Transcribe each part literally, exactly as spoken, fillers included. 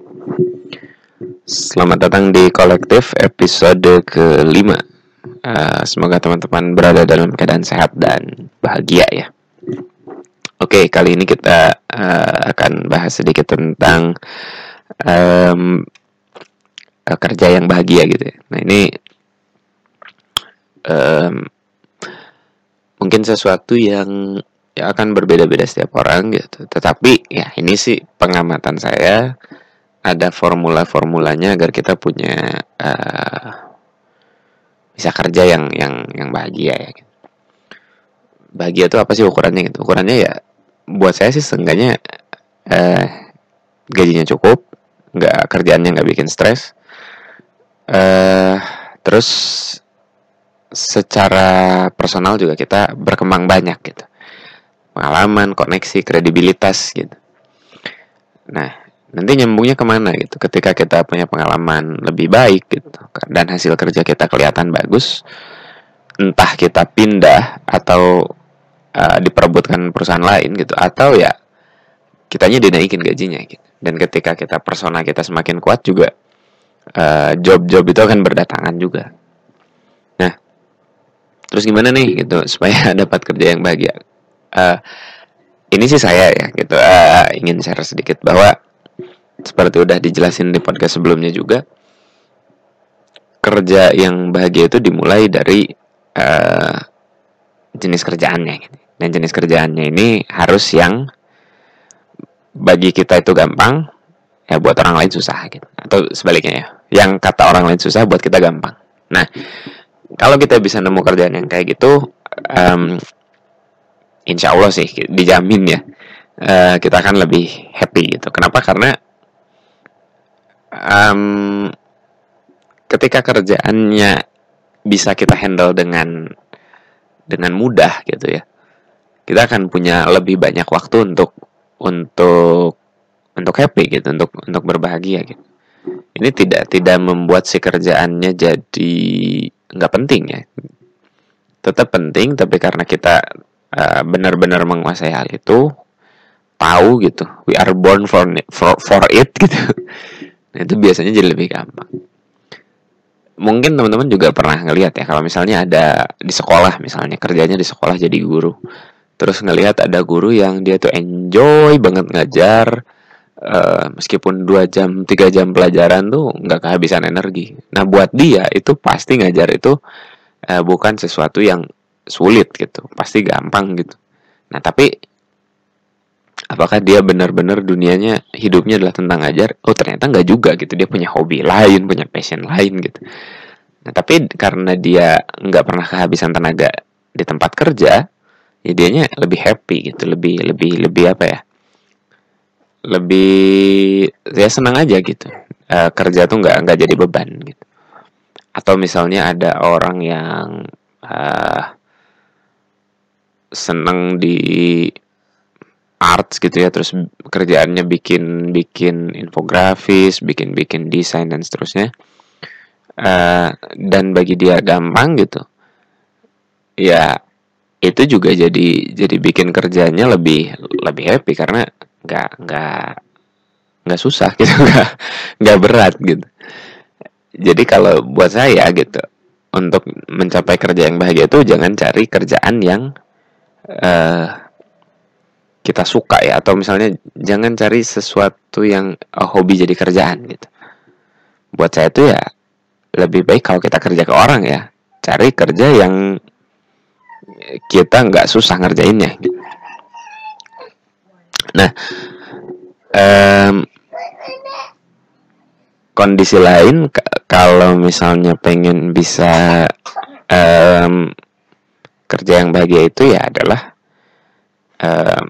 Selamat datang di Kolektif episode kelima. Uh, semoga teman-teman berada dalam keadaan sehat dan bahagia ya. Oke, kali ini kita uh, akan bahas sedikit tentang um, uh, kerja yang bahagia gitu ya. Nah ini um, mungkin sesuatu yang ya akan berbeda-beda setiap orang gitu. Tetapi ya ini sih pengamatan saya. Ada formula-formulanya agar kita punya uh, bisa kerja yang yang yang bahagia ya. Bahagia itu apa sih ukurannya gitu? Ukurannya ya buat saya sih seenggaknya uh, gajinya cukup, nggak kerjaannya nggak bikin stres, uh, terus secara personal juga kita berkembang banyak gitu, pengalaman, koneksi, kredibilitas gitu. Nah nanti nyambungnya kemana gitu ketika kita punya pengalaman lebih baik gitu dan hasil kerja kita kelihatan bagus, entah kita pindah atau uh, diperebutkan perusahaan lain gitu, atau ya kitanya dinaikin gajinya gitu. Dan ketika kita persona kita semakin kuat juga, uh, job-job itu akan berdatangan juga. Nah terus gimana nih gitu supaya dapat kerja yang bahagia? Uh, ini sih saya ya gitu uh, ingin share sedikit bahwa seperti udah dijelasin di podcast sebelumnya juga, kerja yang bahagia itu dimulai dari uh, jenis kerjaannya gitu. Dan jenis kerjaannya ini harus yang bagi kita itu gampang, ya buat orang lain susah gitu. Atau sebaliknya ya, yang kata orang lain susah buat kita gampang. Nah, kalau kita bisa nemu kerjaan yang kayak gitu, um, insya Allah sih dijamin ya, uh, kita akan lebih happy gitu. Kenapa? Karena Um, ketika kerjaannya bisa kita handle dengan dengan mudah gitu ya, kita akan punya lebih banyak waktu untuk untuk untuk happy gitu, untuk untuk berbahagia gitu. Ini tidak tidak membuat si kerjaannya jadi nggak penting ya, tetap penting, tapi karena kita uh, benar-benar menguasai hal itu, tahu gitu, we are born for for, for it gitu. Nah, itu biasanya jadi lebih gampang. Mungkin teman-teman juga pernah ngelihat ya, kalau misalnya ada di sekolah, misalnya kerjanya di sekolah jadi guru, terus ngelihat ada guru yang dia tuh enjoy banget ngajar, uh, meskipun dua jam tiga jam pelajaran tuh nggak kehabisan energi. Nah buat dia itu pasti ngajar itu uh, bukan sesuatu yang sulit gitu, pasti gampang gitu. Nah tapi apakah dia benar-benar dunianya, hidupnya adalah tentang ngajar? Oh ternyata nggak juga gitu. Dia punya hobi lain, punya passion lain gitu. Nah tapi karena dia nggak pernah kehabisan tenaga di tempat kerja, ya dianya lebih happy gitu, lebih lebih lebih apa ya? Lebih ya senang aja gitu. E, kerja tuh nggak nggak jadi beban gitu. Atau misalnya ada orang yang uh, senang di arts gitu ya, terus kerjaannya bikin bikin infografis, bikin bikin desain dan seterusnya, uh, dan bagi dia gampang gitu ya, itu juga jadi jadi bikin kerjanya lebih lebih happy karena nggak nggak nggak susah gitu, nggak nggak berat gitu. Jadi kalau buat saya gitu, untuk mencapai kerja yang bahagia itu jangan cari kerjaan yang uh, kita suka ya, atau misalnya jangan cari sesuatu yang uh, hobi jadi kerjaan gitu. Buat saya itu ya lebih baik kalau kita kerja ke orang ya, cari kerja yang kita nggak susah ngerjainnya gitu. Nah um, kondisi lain k- kalau misalnya pengen bisa um, kerja yang bahagia itu ya adalah um,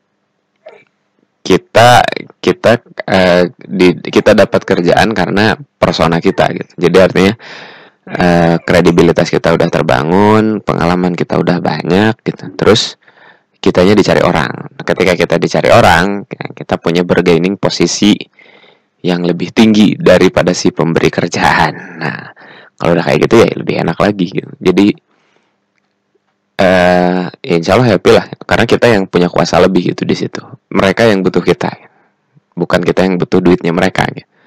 kita kita uh, di, kita dapat kerjaan karena persona kita gitu. Jadi artinya uh, kredibilitas kita udah terbangun, pengalaman kita udah banyak gitu. Terus kitanya dicari orang. Ketika kita dicari orang, kita punya bargaining posisi yang lebih tinggi daripada si pemberi kerjaan. Nah, kalau udah kayak gitu ya lebih enak lagi gitu. Jadi Uh, ya insya Allah happy lah, karena kita yang punya kuasa lebih gitu di situ. Mereka yang butuh kita, bukan kita yang butuh duitnya mereka. Gitu.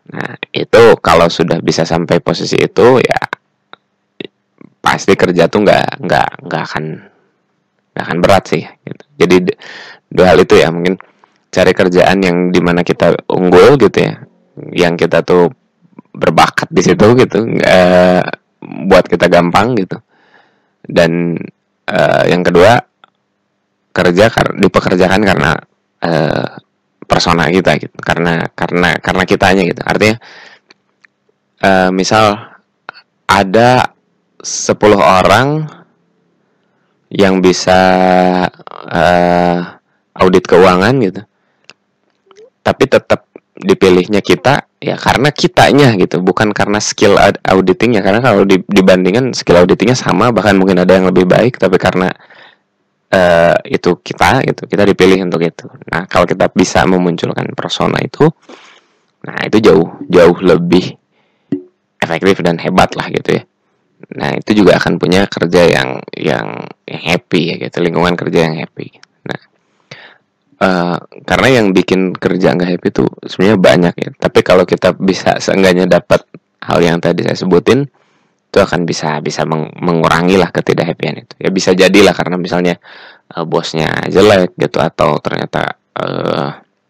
Nah, itu kalau sudah bisa sampai posisi itu, ya pasti kerja tuh nggak nggak nggak akan nggak akan berat sih. Gitu. Jadi dua hal itu ya, mungkin cari kerjaan yang dimana kita unggul gitu ya, yang kita tuh berbakat di situ gitu, uh, buat kita gampang gitu. Dan uh, yang kedua, kerja kar- dipekerjakan karena uh, persona kita gitu, karena karena karena kitanya gitu. Artinya uh, misal ada sepuluh orang yang bisa uh, audit keuangan gitu, tapi tetap dipilihnya kita ya karena kitanya gitu, bukan karena skill auditingnya. Karena kalau dibandingkan skill auditingnya sama, bahkan mungkin ada yang lebih baik, tapi karena uh, itu kita gitu, kita dipilih untuk itu. Nah, kalau kita bisa memunculkan persona itu, nah itu jauh jauh lebih efektif dan hebat lah gitu ya. Nah, itu juga akan punya kerja yang yang, yang happy ya gitu, lingkungan kerja yang happy. Nah, uh, karena yang bikin kerja nggak happy itu sebenarnya banyak ya. Tapi kalau kita bisa seenggaknya dapat hal yang tadi saya sebutin, itu akan bisa bisa meng, mengurangi lah ketidakhappyan itu. Ya bisa jadilah karena misalnya uh, bosnya jelek gitu, atau ternyata uh,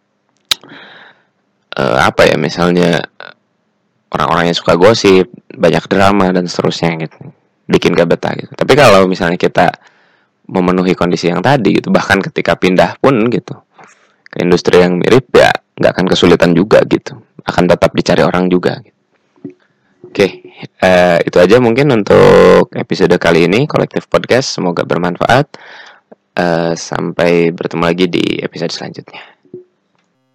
uh, apa ya, misalnya orang-orang yang suka gosip, banyak drama dan seterusnya gitu, bikin gak betah gitu. Tapi kalau misalnya kita memenuhi kondisi yang tadi gitu, bahkan ketika pindah pun gitu ke industri yang mirip, ya nggak akan kesulitan juga gitu, akan tetap dicari orang juga gitu. Oke, uh, itu aja mungkin untuk episode kali ini Kolektif Podcast. Semoga bermanfaat. Uh, sampai bertemu lagi di episode selanjutnya.